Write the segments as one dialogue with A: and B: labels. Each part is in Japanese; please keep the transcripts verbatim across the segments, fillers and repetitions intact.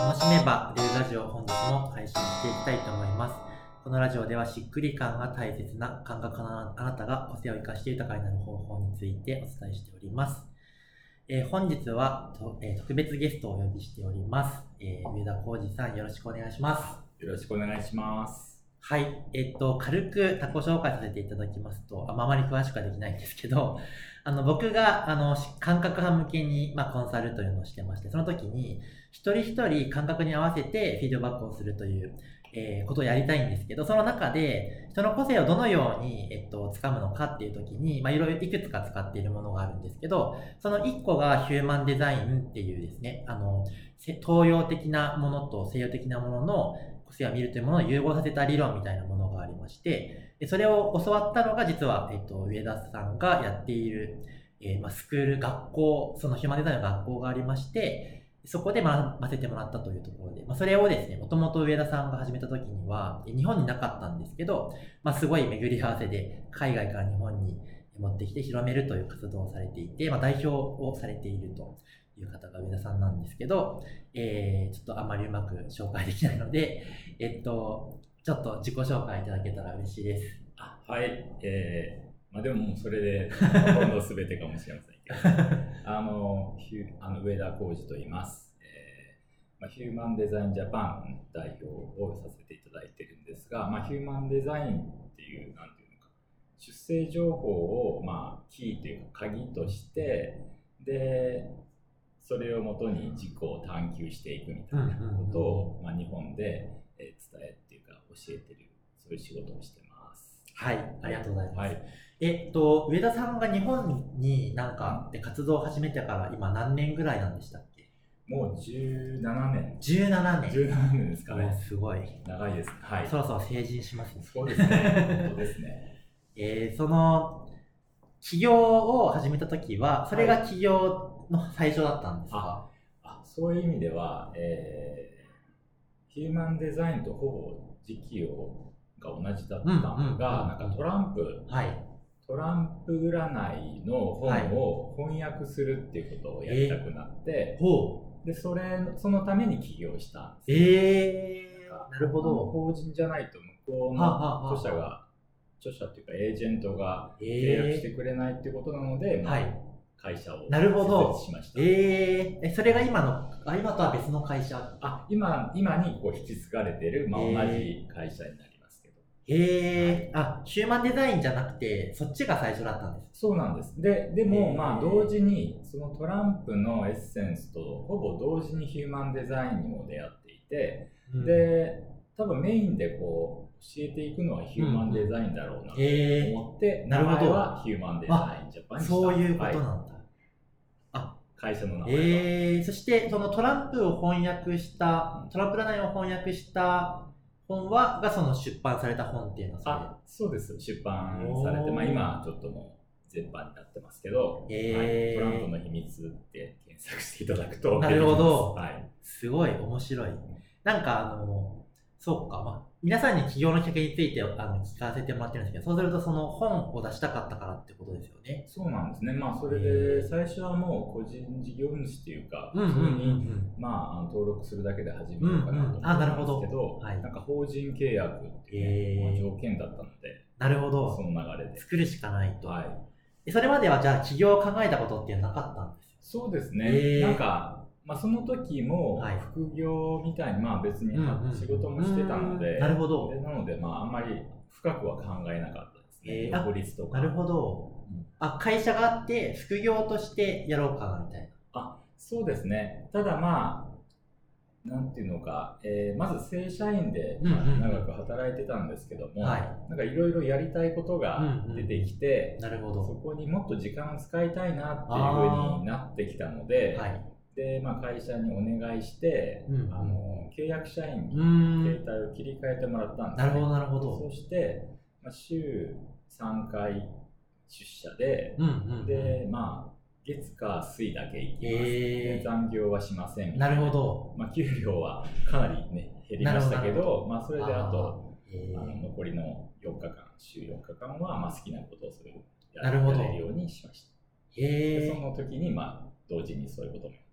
A: 楽しめば売れるラジオ、本日も配信していきたいと思います。このラジオではしっくり感が大切な感覚家のあなたが個性を生かして豊かになる方法についてお伝えしております。えー、本日はと、えー、特別ゲストをお呼びしております。えー、上田浩二さん、よろしくお願いします。
B: よろしくお願いします。
A: はい。えっと、軽く他己紹介させていただきますと、あまり詳しくはできないんですけど、あの、僕が、あの、感覚派向けに、まあ、コンサルというのをしてまして、その時に、一人一人感覚に合わせてフィードバックをするという、えー、ことをやりたいんですけど、その中で、人の個性をどのように、えっと、掴むのかっていう時に、まあ、いろいろいくつか使っているものがあるんですけど、その一個がヒューマンデザインっていうですね、あの、東洋的なものと西洋的なものの個性を見るというものを融合させた理論みたいなものがありまして、それを教わったのが実は、えっと、上田さんがやっている、えーまあ、スクール、学校、そのヒューマンデザインの学校がありまして、そこで学ばせてもらったというところで、まあ、それをですね、もともと上田さんが始めた時には、日本になかったんですけど、まあ、すごい巡り合わせで、海外から日本に持ってきて広めるという活動をされていて、まあ、代表をされているという方が上田さんなんですけど、えー、ちょっとあまりうまく紹介できないので、えっと、ちょっと自己紹介いただけたら嬉しいです。
B: あ、はい、えー、まあでもそれでほとんど全てかもしれませんけど、あの、あの上田浩二と言います。えーまあ、ヒューマンデザインジャパン代表をさせていただいてるんですが、まあ、ヒューマンデザインっていう、なんていうのか、出生情報を、まあ、キーというか鍵として、で、それをもとに自己を探求していくみたいなことを、まあ、日本で伝えっていうか教えてる、そういう仕事をしてます。
A: はい、ありがとうございます。はい、
B: え
A: っと、上田さんが日本になんかで活動を始めてから今何年ぐらいなんでしたっけ？
B: もうじゅうななねん。
A: じゅうななねん。
B: じゅうななねんですかね。
A: すごい。
B: 長いですね。はい。
A: そろそろ成人しますね。
B: そうですね。本当ですね。
A: えー、その、起業を始めたときは、それが起業の最初だったんですか？
B: はい、ああ、そういう意味では、えー、ヒューマンデザインとほぼ時期をが同じだったのが、なんかトランプ、はい、トランプ占いの本を翻訳するっていうことをやりたくなって、えー、でそれそのために起業したんです。
A: えー、なるほど。
B: 法人じゃないと向こうの著者が、著者っていうかエージェントが契約してくれないっていうことなので、
A: えー、まあ、はい、
B: 会社を設立しました。
A: えー、それが今の、あ、今とは別の会社？
B: あ、今、今にこう引き継がれてる、まあ、同じ会社になりますけど。
A: へえー、あ、ヒューマンデザインじゃなくて、そっちが最初だったんです。
B: そうなんです。で、でも、まあ、同時に、そのトランプのエッセンスとほぼ同時にヒューマンデザインにも出会っていて、うん、で、多分メインでこう、教えていくのはヒューマンデザインだろうなと思って、うん、名前はヒューマンデザインジャパンにした。
A: そういうことなんだ。はい、
B: あ、会社の名前は。
A: えー、そしてそのトランプを翻訳した、トランプ占いを翻訳した本はがその出版された本っていうのはそれ？
B: あ、そうです。出版されて、まあ、今ちょっともう絶版になってますけど、えーはい、トランプの秘密って検索していただくと。
A: なるほど、
B: はい、
A: すごい面白い。なんかあのそうか、まあ、皆さんに起業のきっかけについてあの聞かせてもらってるんですけど、そうするとその本を出したかったからってことですよね。
B: そうなんですね。まあそれで最初はもう個人事業主っていうか、普通にまあ登録するだけで始めようかなと思ったんですけど、なんか法人契約っていう、ね、条件だったので、
A: なるほど。
B: その流れで
A: 作るしかないと。
B: はい。
A: それまではじゃあ起業を考えたことっていうのはなかったんです
B: よ。そうですね。なんかまあ、その時も副業みたいにまあ別に仕事もしてたので、
A: なるほど。
B: でなのでまああんまり深くは考えなかったですね。独立とか。
A: なるほど。うん、あ、会社があって副業としてやろうかなみたいな。
B: あ、そうですね。ただまあなんていうのか、えー、まず正社員で長く働いてたんですけども、はい、なんかいろいろやりたいことが出てきて、
A: なるほど。
B: そこにもっと時間を使いたいなっていうふうになってきたので。はい、でまあ、会社にお願いして、うん、あの契約社員に携帯を切り替えてもらったんですね。
A: なるほどなるほど。
B: そして、まあ、週さんかい出社で、
A: うんうんうん、
B: でまあ月火水だけ行きます、えー、残業はしませんみたいな。
A: なるほど。
B: まあ、給料はかなりね減りましたけど、どまあ、それであとああの残りのよっかかん、週よっかかんはまあ好きなことをするやれるようにしました。
A: へ
B: でその時にまあ同時にそういうこともやったって感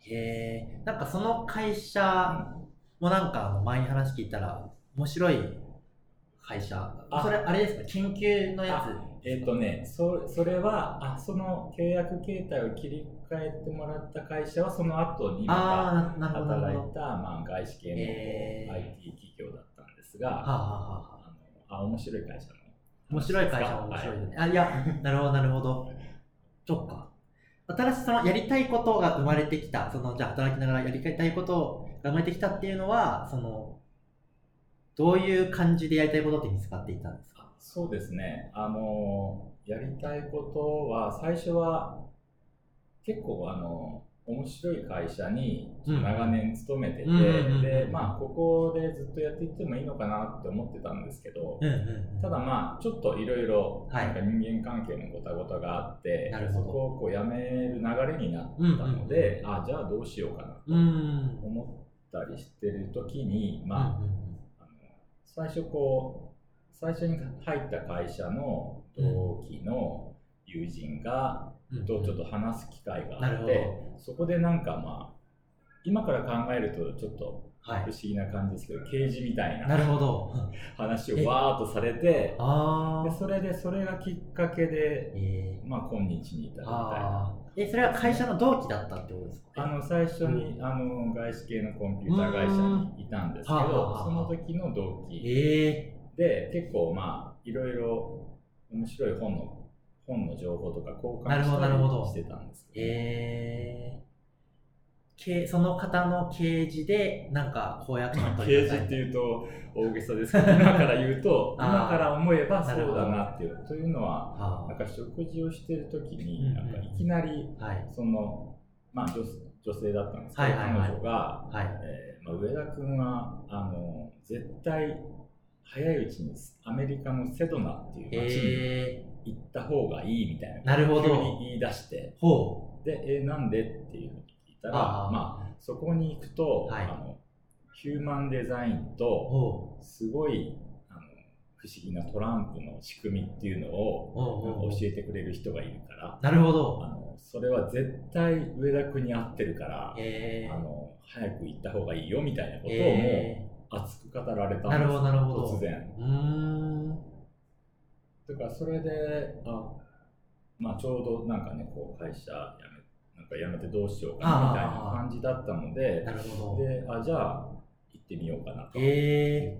A: へえ、なんかその会社もなんかあの前に話聞いたら面白い会社、
B: あ
A: それあれですか、研究のやつ。
B: えっ、ー、とねそ、それはあその契約形態を切り替えてもらった会社はその後にまた働いた、まあ、外資系の アイティー 企業だったんですが、はあはあはあ、あのあ面白い会社の
A: 面白い会社も面白いですね。はい、あいやなるほどなるほど。そっか。新しいそのやりたいことが生まれてきた、そのじゃあ働きながらやりたいことが生まれてきたっていうのは、そのどういう感じでやりたいことって見つかっていたんですか？
B: そうですね。あのやりたいことは最初は結構あの面白い会社に長年勤めてて、でまあここでずっとやっていってもいいのかなって思ってたんですけど、うんうんうん、ただまあちょっといろいろなんか人間関係のごたごたがあって、はい、そこをこうやめる流れになったので、うんうんうん、あじゃあどうしようかなと思ったりしてる時に、まあ、うんうん、あの最初こう最初に入った会社の同期の友人が、うんとちょっと話す機会があって、そこでなんかまあ今から考えるとちょっと不思議な感じですけど、はい、刑事みたいな話をわーっとされて、あでそれでそれがきっかけで、えー、まあ今日に至るみたいな。
A: えそれは会社の同期だったってことですか？
B: あの最初に、うん、あの外資系のコンピューター会社にいたんですけど、その時の同期で、えー、結構まあいろいろ面白い本の本の情報とか交換したりしてたんですけど、
A: えー、その方の掲示でなんか公約の
B: 取り方、掲示っていうと大げさですけど今から言うと今から思えばそうだなっていうというのはなんか食事をしてる時になんかいきなりその、まあ、女, 女性だったんですけど、はいはいはい、彼女が、はいえーまあ、上田君はあの絶対早いうちにアメリカのセドナっていう街に行った方がいいみたいな急に言い出して、ほうで、えー、なんでっていうふうに聞いたら、あまあ、そこに行くと、はい、あのヒューマンデザインとすごいあの不思議なトランプの仕組みっていうのを教えてくれる人がいるから、
A: なるほど、
B: あのそれは絶対上田君に合ってるから、えー、あの早く行った方がいいよみたいなことをもう、えー熱く語られたんです。
A: なるほどなるほど。
B: 突然。うーん。だからそれであまあちょうどなんかねこう会社辞めなんか辞めてどうしようかなみたいな感じだったので、なるほど。であじゃあ行ってみようかなと言って、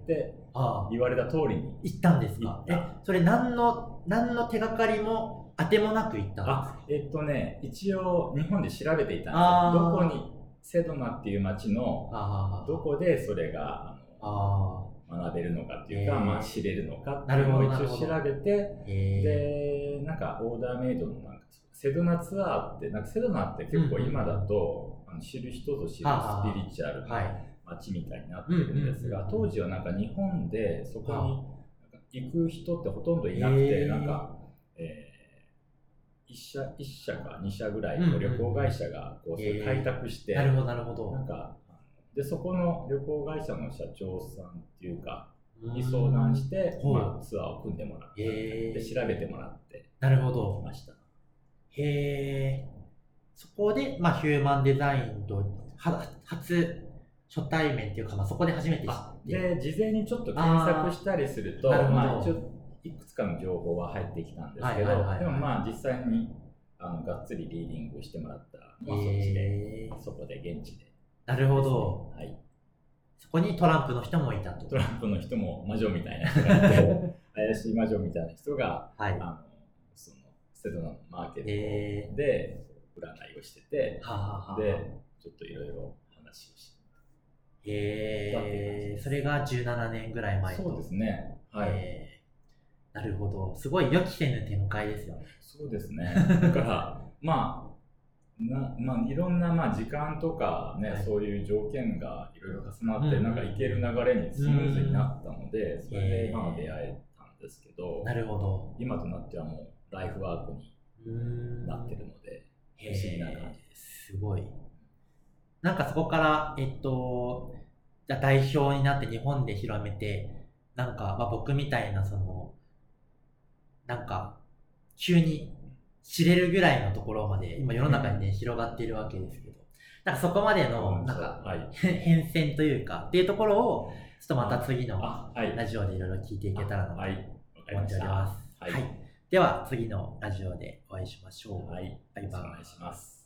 B: えー、言われた通りに
A: 行ったんですか。えそれ何の何の手がかりも当てもなく行ったんですか。
B: あえっとね一応日本で調べていたんですよ。どこにセドナっていう町のどこでそれがあ学べるのかっていうか、まあ、知れるのかっていうのを一応調べて、でなんかオーダーメイドのなんかセドナツアーってなんかセドナって結構今だと、うんうん、あの知る人ぞ知るスピリチュアルな街みたいになってるんですが、当時はなんか日本でそこに行く人ってほとんどいなくて、なんか、えー、いっ社いっ社かに社ぐらいの旅行会社がこうそれ開拓して、
A: なるほどなるほど。
B: なんかでそこの旅行会社の社長さんっていうかに相談して、まあ、ツアーを組んでもらって、で調べてもらって
A: なるほど
B: 来ました。
A: へえ。そこで、まあ、ヒューマンデザインとは初初対面っていうか、まあ、そこで初めて知って
B: で事前にちょっと検索したりするとまあ、一応いくつかの情報は入ってきたんですけど、はいはいはいはい、でもまあ実際にあのがっつりリーディングしてもらったのはそっちで、そこで現地で。
A: なるほど、はい、そこにトランプの人もいたと。
B: トランプの人も魔女みたいな人がいて怪しい魔女みたいな人が、はい、あのそのセドナのマーケットで占いをしてて、はあはあ、でちょっといろいろ話をして
A: へえ。それがじゅうななねんぐらい前と。
B: そうですね、はい、
A: なるほど。すごい予期せぬ展開ですよね。
B: そうですね。だからまあなまあ、いろんなまあ時間とか、ねはい、そういう条件がいろいろ重なって、うん、なんか行ける流れにスムーズになったので、うん、それで今は出会えたんですけど、
A: なるほど。
B: 今となってはもうライフワークになってるので不思議な感じです。
A: すごい。なんかそこからえっとじゃ代表になって日本で広めて、なんか、まあ、僕みたいなそのなんか急に知れるぐらいのところまで今世の中にね、うん、広がっているわけですけど、 なんかそこまで
B: う
A: の、
B: ん
A: なんか、
B: はい、
A: 変遷というか、っていうところを、ちょっとまた次の
B: あ、はい、
A: ラジオでいろいろ聞いていけたらなと
B: はい、わかり
A: 思ってお
B: ました。
A: ります。
B: はい、
A: はい。では、次のラジオでお会いしましょう。
B: はい、
A: バイバイ
B: よろしくお願いします。